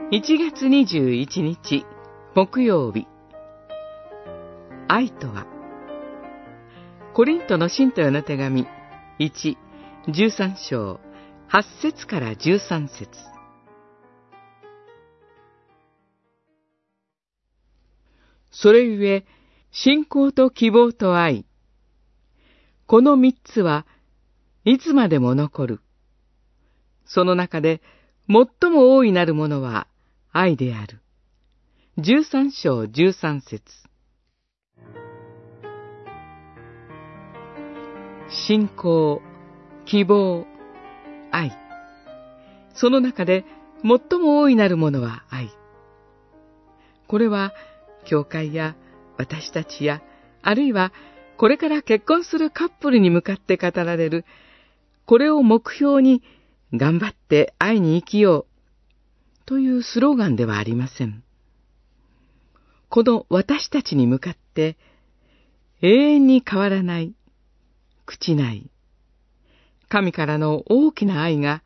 1月21日木曜日。愛とは、コリントの信徒への手紙1、13章8節から13節。それゆえ、信仰と希望と愛、この三つはいつまでも残る。その中で最も大いなるものは愛である。13章13節。信仰、希望、愛。その中で最も大いなるものは愛。これは、教会や私たちや、あるいはこれから結婚するカップルに向かって語られる、これを目標に頑張って愛に生きようというスローガンではありません。この私たちに向かって永遠に変わらない、朽ちない、神からの大きな愛が、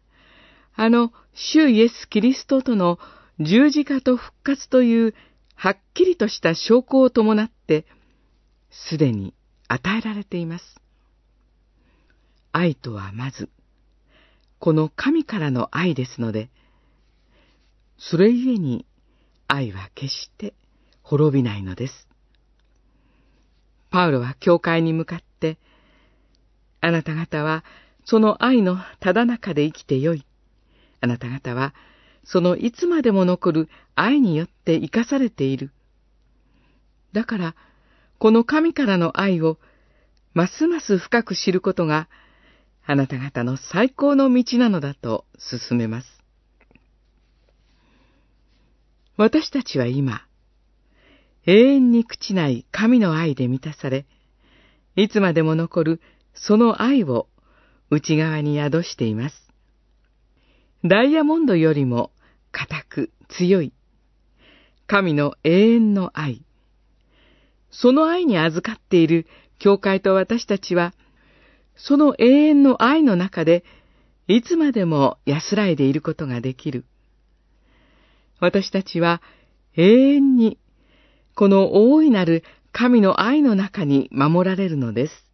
主イエス・キリストとの十字架と復活というはっきりとした証拠を伴って、すでに与えられています。愛とはまず、この神からの愛ですので、それゆえに愛は決して滅びないのです。パウロは教会に向かって、あなた方はその愛のただ中で生きてよい。あなた方はそのいつまでも残る愛によって生かされている。だから、この神からの愛をますます深く知ることが、あなた方の最高の道なのだと勧めます。私たちは今、永遠に朽ちない神の愛で満たされ、いつまでも残るその愛を内側に宿しています。ダイヤモンドよりも固く強い神の永遠の愛。その愛に預かっている教会と私たちは、その永遠の愛の中でいつまでも安らいでいることができる。私たちは永遠にこの大いなる神の愛の中に守られるのです。